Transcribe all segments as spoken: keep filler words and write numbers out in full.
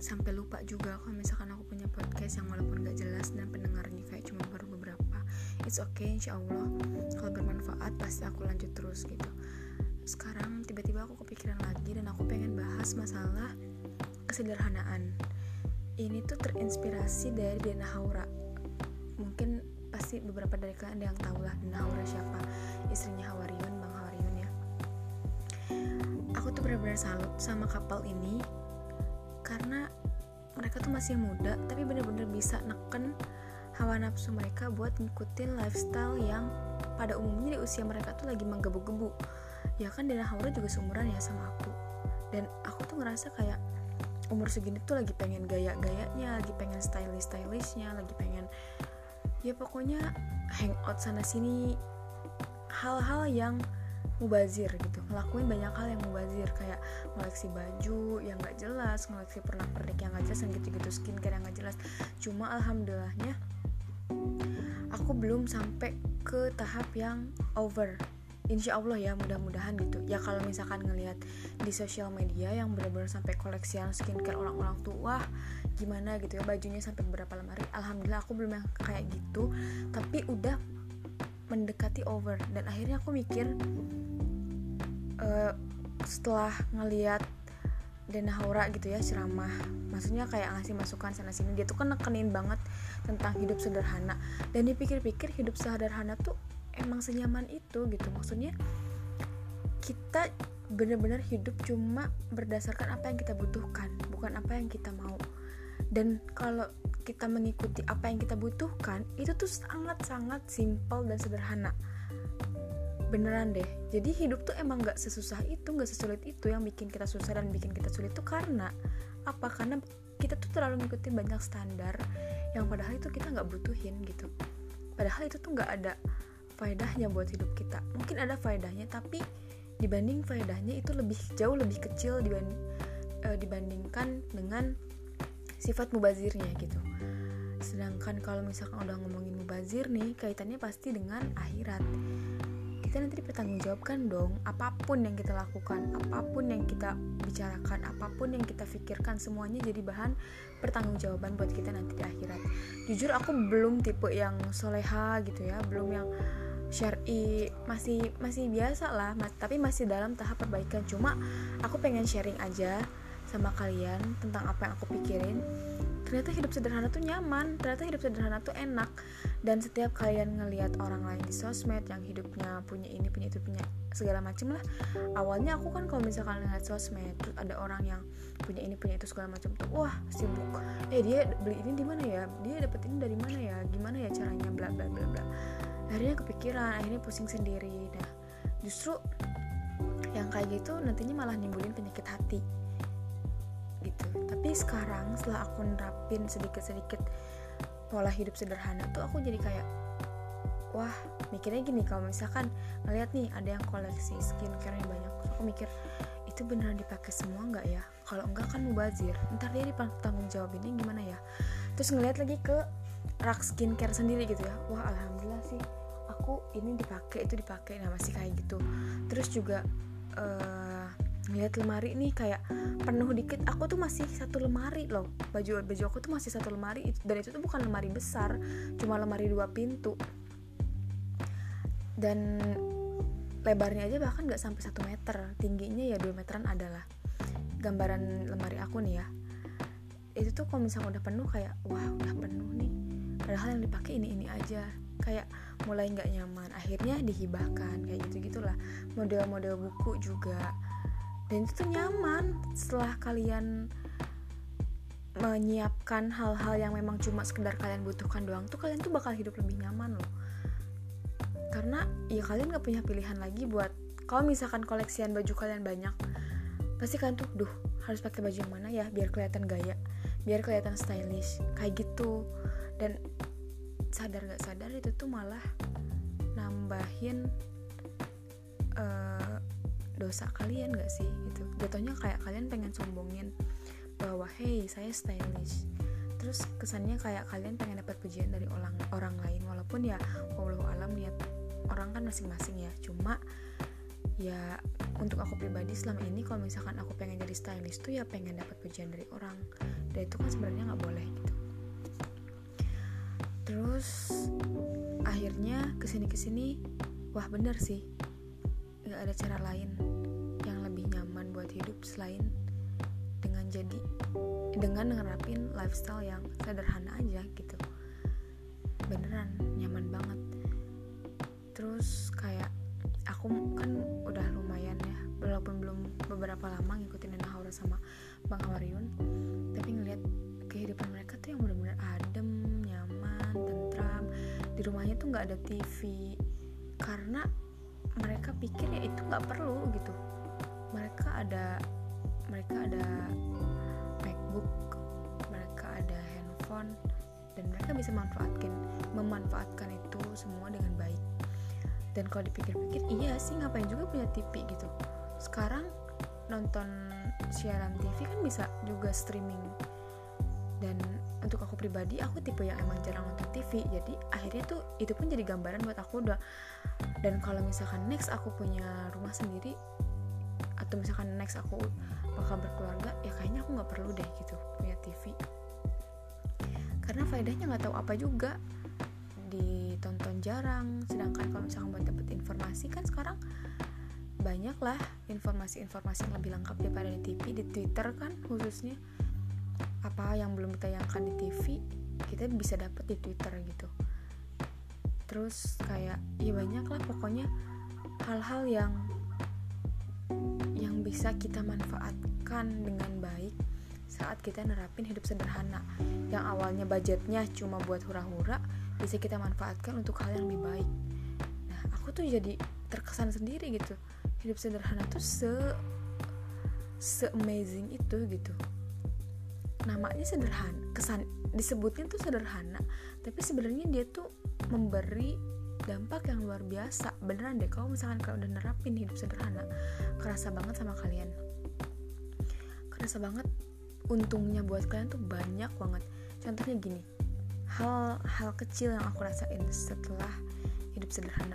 sampai lupa juga kalau misalkan aku punya podcast yang walaupun gak jelas dan pendengarnya kayak cuma baru beberapa. It's okay, insya Allah kalau bermanfaat pasti aku lanjut terus gitu. Sekarang tiba-tiba aku kepikiran lagi dan aku pengen bahas masalah kesederhanaan. Ini tuh terinspirasi dari Dena Haura. Mungkin pasti beberapa dari kalian ada yang tahu lah Dena Haura siapa, istrinya Hawariun, Bang Hawariun ya. Aku tuh benar-benar salut sama couple ini karena mereka tuh masih muda tapi benar-benar bisa neken hawa nafsu mereka buat ngikutin lifestyle yang pada umumnya di usia mereka tuh lagi menggebu-gebu. Ya kan Dena Haura juga seumuran ya sama aku. Dan aku tuh ngerasa kayak umur segini tuh lagi pengen gaya-gayanya, lagi pengen stylish-stylishnya, lagi pengen ya pokoknya hangout sana sini, hal-hal yang mubazir gitu, ngelakuin banyak hal yang mubazir kayak ngoleksi baju yang gak jelas, ngoleksi pernak-pernik yang gak jelas, dan gitu-gitu skincare yang gak jelas. Cuma alhamdulillahnya aku belum sampai ke tahap yang over. Insya Allah ya, mudah-mudahan gitu. Ya kalau misalkan ngelihat di sosial media yang benar-benar sampai koleksian skincare orang-orang tua, gimana gitu ya, bajunya sampai beberapa lemari. Alhamdulillah aku belum yang kayak gitu, tapi udah mendekati over. Dan akhirnya aku mikir uh, setelah ngelihat Dena Haura gitu ya ceramah, maksudnya kayak ngasih masukan sana sini, dia tuh kan nekenin banget tentang hidup sederhana. Dan dipikir-pikir hidup sederhana tuh emang senyaman itu gitu. Maksudnya kita benar-benar hidup cuma berdasarkan apa yang kita butuhkan, bukan apa yang kita mau. Dan kalau kita mengikuti apa yang kita butuhkan, itu tuh sangat-sangat simpel dan sederhana. Beneran deh. Jadi hidup tuh emang gak sesusah itu, gak sesulit itu. Yang bikin kita susah dan bikin kita sulit tuh karena apa? Karena kita tuh terlalu ngikutin banyak standar yang padahal itu kita gak butuhin gitu. Padahal itu tuh gak ada faedahnya buat hidup kita. Mungkin ada faedahnya, tapi dibanding faedahnya itu lebih jauh lebih kecil dibanding, uh, dibandingkan dengan sifat mubazirnya gitu. Sedangkan kalau misalkan udah ngomongin mubazir nih, kaitannya pasti dengan akhirat. Kita nanti dipertanggungjawabkan dong, apapun yang kita lakukan, apapun yang kita bicarakan, apapun yang kita pikirkan, semuanya jadi bahan pertanggungjawaban buat kita nanti di akhirat. Jujur aku belum tipe yang soleha gitu ya, belum yang syar'i, masih masih biasa lah, mas, tapi masih dalam tahap perbaikan. Cuma aku pengen sharing aja sama kalian tentang apa yang aku pikirin. Ternyata hidup sederhana tuh nyaman, ternyata hidup sederhana tuh enak. Dan setiap kalian ngelihat orang lain di sosmed yang hidupnya punya ini, punya itu, punya segala macem lah. Awalnya aku kan kalau misalkan ngeliat sosmed, terus ada orang yang punya ini, punya itu segala macam tuh, wah sibuk. Eh dia beli ini di mana ya? Dia dapet ini dari mana ya? Gimana ya caranya? Bla bla bla bla. Akhirnya kepikiran, akhirnya pusing sendiri. Nah, justru yang kayak gitu nantinya malah nimbulin penyakit hati. Gitu. Tapi sekarang setelah aku nerapin sedikit-sedikit pola hidup sederhana tuh, aku jadi kayak wah, mikirnya gini, kalau misalkan ngeliat nih ada yang koleksi skincare yang banyak, aku mikir itu beneran dipakai semua nggak ya? Kalau enggak kan mubazir, ntar dia ditanggung jawabinnya gimana ya? Terus ngeliat lagi ke rak skincare sendiri gitu ya, wah alhamdulillah sih aku ini dipakai, itu dipakai, nah masih kayak gitu. Terus juga uh, ngeliat lemari nih kayak penuh dikit, aku tuh masih satu lemari loh, baju baju aku tuh masih satu lemari, dan itu tuh bukan lemari besar, cuma lemari dua pintu, dan lebarnya aja bahkan nggak sampai satu meter, tingginya ya dua meteran adalah gambaran lemari aku nih ya. Itu tuh kalau misalnya udah penuh kayak wah udah penuh nih, padahal yang dipakai ini ini aja, kayak mulai nggak nyaman, akhirnya dihibahkan kayak gitu gitulah. Model-model buku juga. Dan itu tuh nyaman setelah kalian menyiapkan hal-hal yang memang cuma sekedar kalian butuhkan doang tuh, kalian tuh bakal hidup lebih nyaman loh. Karena ya kalian gak punya pilihan lagi buat, kalau misalkan koleksian baju kalian banyak, pasti kalian tuh duh harus pakai baju yang mana ya biar kelihatan gaya, biar kelihatan stylish kayak gitu. Dan sadar gak sadar itu tuh malah nambahin uh, dosa kalian gak sih gitu. Jatuhnya kayak kalian pengen sombongin bahwa hey saya stylish, terus kesannya kayak kalian pengen dapat pujian dari orang orang lain, walaupun ya wallahu alam niat orang kan masing-masing ya. Cuma ya untuk aku pribadi selama ini kalau misalkan aku pengen jadi stylish tuh ya pengen dapat pujian dari orang. dan itu kan sebenarnya nggak boleh gitu. Terus akhirnya kesini-kesini, wah bener sih, nggak ada cara lain yang lebih nyaman buat hidup selain dengan jadi dengan nerapin lifestyle yang sederhana aja gitu. Beneran nyaman banget. Terus kayak aku kan udah lumayan ya, walaupun belum beberapa lama ngikutin Dana Haura sama Bang Awariun, tapi ngeliat kehidupan mereka tuh yang benar-benar adem, nyaman, tentram. Di rumahnya tuh nggak ada T V karena mereka pikir ya itu nggak perlu gitu. Mereka ada mereka ada MacBook, mereka ada handphone, dan mereka bisa manfaatkan memanfaatkan itu semua dengan baik. Dan kalau dipikir-pikir, iya sih, ngapain juga punya T V gitu. Sekarang nonton siaran T V kan bisa juga streaming. Dan untuk aku pribadi, aku tipe yang emang jarang nonton T V. Jadi akhirnya tuh itu pun jadi gambaran buat aku udah. Dan kalau misalkan next aku punya rumah sendiri, atau misalkan next aku bakal berkeluarga, ya kayaknya aku nggak perlu deh gitu punya T V. Karena faedahnya nggak tahu apa juga, ditonton jarang. Sedangkan kalau misalkan buat dapet informasi kan sekarang banyak lah informasi-informasi yang lebih lengkap daripada di T V. Di Twitter kan khususnya, apa yang belum ditayangkan di T V kita bisa dapet di Twitter gitu. Terus kayak ya banyak lah pokoknya hal-hal yang yang bisa kita manfaatkan dengan baik saat kita nerapin hidup sederhana. Yang awalnya budgetnya cuma buat hura-hura, bisa kita manfaatkan untuk hal yang lebih baik. Nah, aku tuh jadi terkesan sendiri gitu. Hidup sederhana tuh se se amazing itu gitu. Namanya sederhana, kesan disebutnya tuh sederhana, tapi sebenarnya dia tuh memberi dampak yang luar biasa. Beneran deh, kalau misalkan kalian udah nerapin hidup sederhana, kerasa banget sama kalian. Kerasa banget untungnya buat kalian tuh banyak banget. Contohnya gini, hal-hal kecil yang aku rasain setelah hidup sederhana.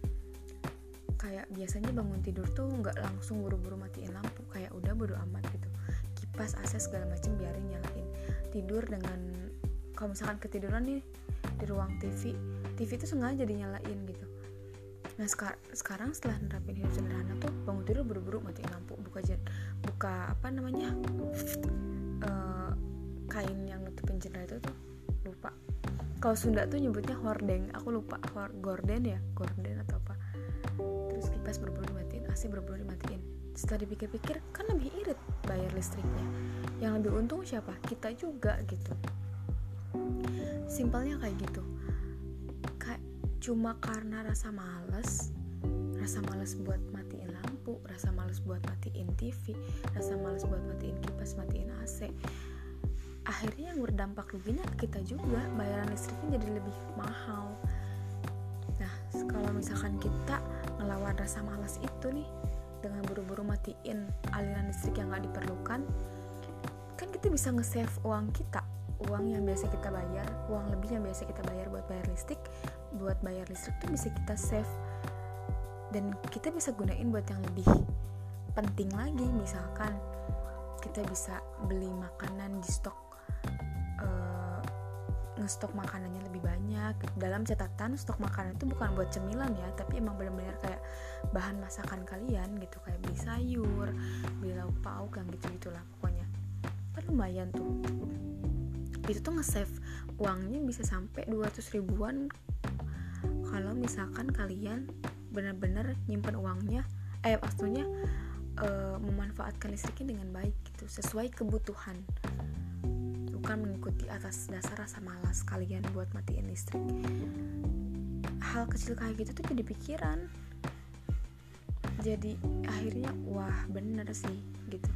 Kayak biasanya bangun tidur tuh nggak langsung buru-buru matiin lampu, kayak udah bodo amat gitu. Kipas, A C segala macam biarin nyalain. Tidur dengan, kalau misalkan ketiduran nih di ruang T V, T V tuh sengaja dinyalain gitu. Nah sekar- sekarang setelah nerapin hidup sederhana tuh bangun tidur buru-buru matiin lampu, buka jen, buka apa namanya uh, kain yang nutupin jendela itu tuh lupa. Kalau Sunda tuh nyebutnya hordeng, aku lupa, Hor- gorden ya, gorden atau apa. Terus kipas buru-buru dimatiin, A C buru-buru dimatiin. Setelah dipikir-pikir kan lebih irit bayar listriknya. Yang lebih untung siapa? Kita juga gitu. Simpelnya kayak gitu. Kayak cuma karena rasa malas, rasa malas buat matiin lampu, rasa malas buat matiin T V, rasa malas buat matiin kipas, matiin A C. Akhirnya yang berdampak ruginya ke kita juga, bayaran listriknya jadi lebih mahal. Nah, kalau misalkan kita ngelawan rasa malas itu nih dengan buru-buru matiin aliran listrik yang gak diperlukan, kan kita bisa nge-save uang kita, uang yang biasa kita bayar, uang lebih yang biasa kita bayar buat bayar listrik, buat bayar listrik tuh bisa kita save dan kita bisa gunain buat yang lebih penting lagi. Misalkan kita bisa beli makanan di stok, uh, ngestok makanannya lebih banyak. Dalam catatan, stok makanan itu bukan buat cemilan ya, tapi emang benar-benar kayak bahan masakan kalian gitu, kayak beli sayur, beli lauk pauk yang gitu-gitulah pokoknya. Kan lumayan tuh. Itu tuh nge-save uangnya bisa sampai dua ratus ribuan kalau misalkan kalian benar-benar nyimpen uangnya, eh maksudnya e, memanfaatkan listriknya dengan baik gitu, sesuai kebutuhan, bukan mengikuti atas dasar rasa malas kalian buat matiin listrik. Hal kecil kayak gitu tuh jadi pikiran, jadi akhirnya wah bener sih gitu.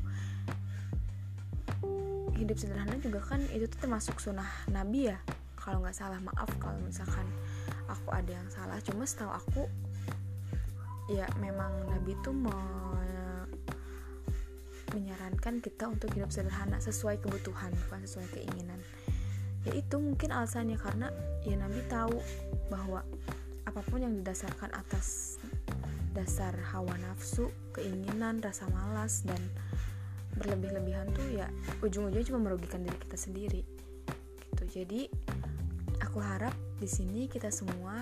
Hidup sederhana juga kan itu tuh termasuk sunnah Nabi ya, kalau nggak salah. Maaf kalau misalkan aku ada yang salah, cuma setahu aku ya memang Nabi tuh me- menyarankan kita untuk hidup sederhana sesuai kebutuhan, bukan sesuai keinginan. Ya itu mungkin alasannya, karena ya Nabi tahu bahwa apapun yang didasarkan atas dasar hawa nafsu, keinginan, rasa malas dan berlebih-lebihan tuh ya ujung-ujungnya cuma merugikan diri kita sendiri gitu. Jadi aku harap di sini kita semua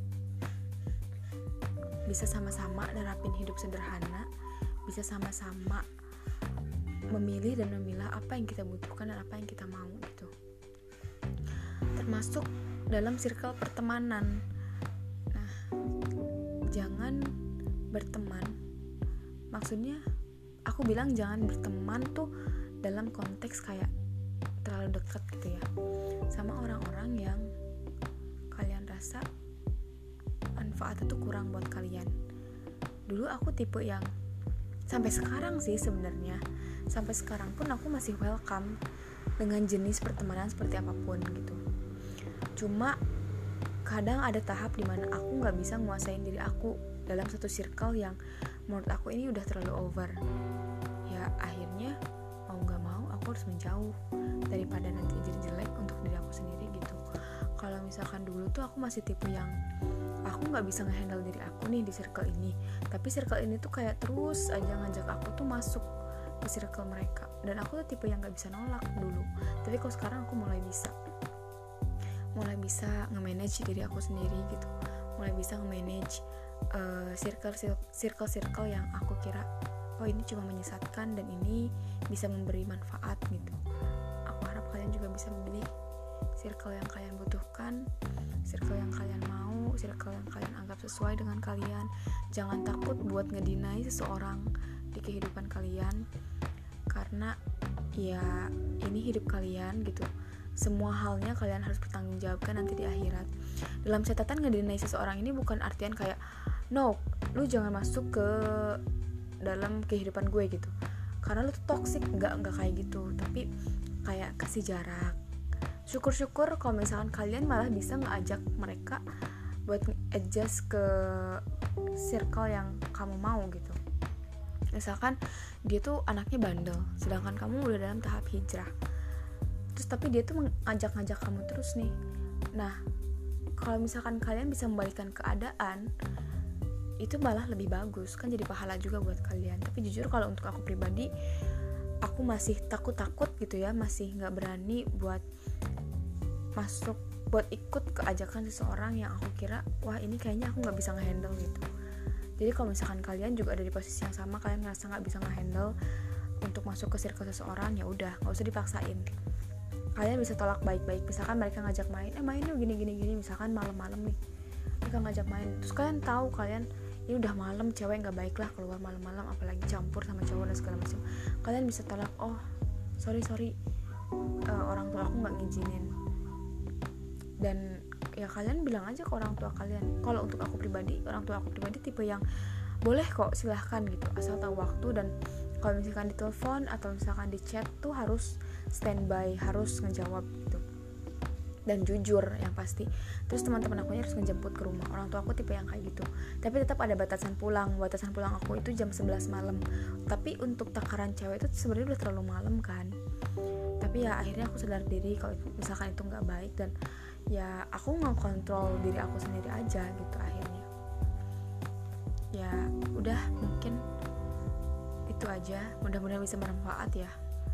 bisa sama-sama nerapin hidup sederhana, bisa sama-sama memilih dan memilah apa yang kita butuhkan dan apa yang kita mau gitu. Termasuk dalam circle pertemanan. Nah, jangan berteman. Maksudnya aku bilang jangan berteman tuh dalam konteks kayak terlalu dekat gitu ya, sama orang-orang yang kalian rasa manfaatnya tuh kurang buat kalian. Dulu aku tipe yang sampai sekarang sih sebenarnya, sampai sekarang pun aku masih welcome dengan jenis pertemanan seperti apapun gitu. Cuma kadang ada tahap dimana aku nggak bisa nguasain diri aku dalam satu circle yang menurut aku ini udah terlalu over. Ya akhirnya mau nggak mau aku harus menjauh daripada nanti jadi jelek untuk diri aku sendiri gitu. Kalau misalkan dulu tuh aku masih tipe yang aku nggak bisa ngehandle diri aku nih di circle ini, tapi circle ini tuh kayak terus aja ngajak aku tuh masuk ke circle mereka, dan aku tuh tipe yang nggak bisa nolak dulu. Tapi kalau sekarang aku mulai bisa mulai bisa nge-manage diri aku sendiri gitu, mulai bisa nge-manage uh, circle circle circle yang aku kira oh ini cuma menyesatkan dan ini bisa memberi manfaat gitu. Aku harap kalian juga bisa memilih circle yang kalian butuhkan, circle yang kalian mau, circle yang kalian anggap sesuai dengan kalian. Jangan takut buat ngedinai seseorang di kehidupan kalian, karena ya ini hidup kalian gitu. Semua halnya kalian harus bertanggungjawabkan nanti di akhirat. Dalam catatan ngedinai seseorang ini bukan artian kayak no, lu jangan masuk ke dalam kehidupan gue gitu, karena lu tuh toxic, enggak enggak kayak gitu, tapi kayak kasih jarak. Syukur-syukur kalau misalkan kalian malah bisa ngajak mereka buat adjust ke circle yang kamu mau gitu. Misalkan dia tuh anaknya bandel, sedangkan kamu udah dalam tahap hijrah. Terus tapi dia tuh ngajak-ngajak kamu terus nih. Nah, kalau misalkan kalian bisa membalikkan keadaan, itu malah lebih bagus, kan jadi pahala juga buat kalian. Tapi jujur kalau untuk aku pribadi, aku masih takut-takut gitu ya, masih gak berani buat masuk, buat ikut ke ajakan seseorang yang aku kira wah ini kayaknya aku gak bisa ngehandle gitu. Jadi kalau misalkan kalian juga ada di posisi yang sama, kalian ngerasa gak bisa ngehandle untuk masuk ke circle seseorang, ya udah gak usah dipaksain. Kalian bisa tolak baik-baik. Misalkan mereka ngajak main, eh main yuk gini-gini-gini, misalkan malam-malam nih mereka ngajak main, terus kalian tahu kalian ini udah malam, cewek nggak baik lah keluar malam-malam, apalagi campur sama cowok dan segala macam. Kalian bisa tolak, oh sorry sorry uh, orang tua aku nggak ngizinin. Dan ya kalian bilang aja ke orang tua kalian. Kalau untuk aku pribadi, orang tua aku pribadi tipe yang boleh kok, silahkan gitu, asal tahu waktu. Dan kalau misalkan ditelepon atau misalkan di chat tuh harus standby, harus ngejawab gitu, dan jujur yang pasti. Terus teman-teman aku harus ngejemput ke rumah. Orang tua aku tipe yang kayak gitu. Tapi tetap ada batasan pulang. Batasan pulang aku itu jam sebelas malam. Tapi untuk takaran cewek itu sebenarnya udah terlalu malam kan. Tapi ya akhirnya aku sadar diri kalau misalkan itu nggak baik, dan ya aku ngekontrol diri aku sendiri aja gitu akhirnya. Ya udah, mungkin itu aja. Mudah-mudahan bisa bermanfaat ya.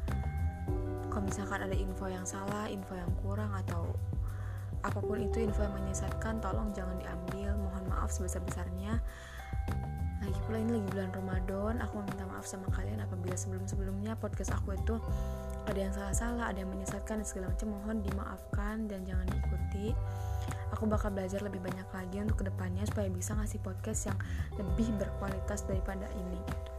Kalau misalkan ada info yang salah, info yang kurang, atau apapun itu info yang menyesatkan, tolong jangan diambil. Mohon maaf sebesar-besarnya. Lagi pula ini lagi bulan Ramadan, aku minta maaf sama kalian apabila sebelum-sebelumnya podcast aku itu ada yang salah-salah, ada yang menyesatkan dan segala macam. Mohon dimaafkan dan jangan diikuti. Aku bakal belajar lebih banyak lagi untuk kedepannya supaya bisa ngasih podcast yang lebih berkualitas daripada ini gitu.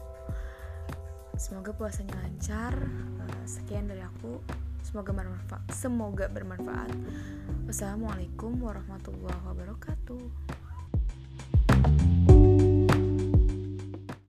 Semoga puasanya lancar. Sekian dari aku. Semoga bermanfaat. Semoga bermanfaat. Wassalamualaikum warahmatullahi wabarakatuh.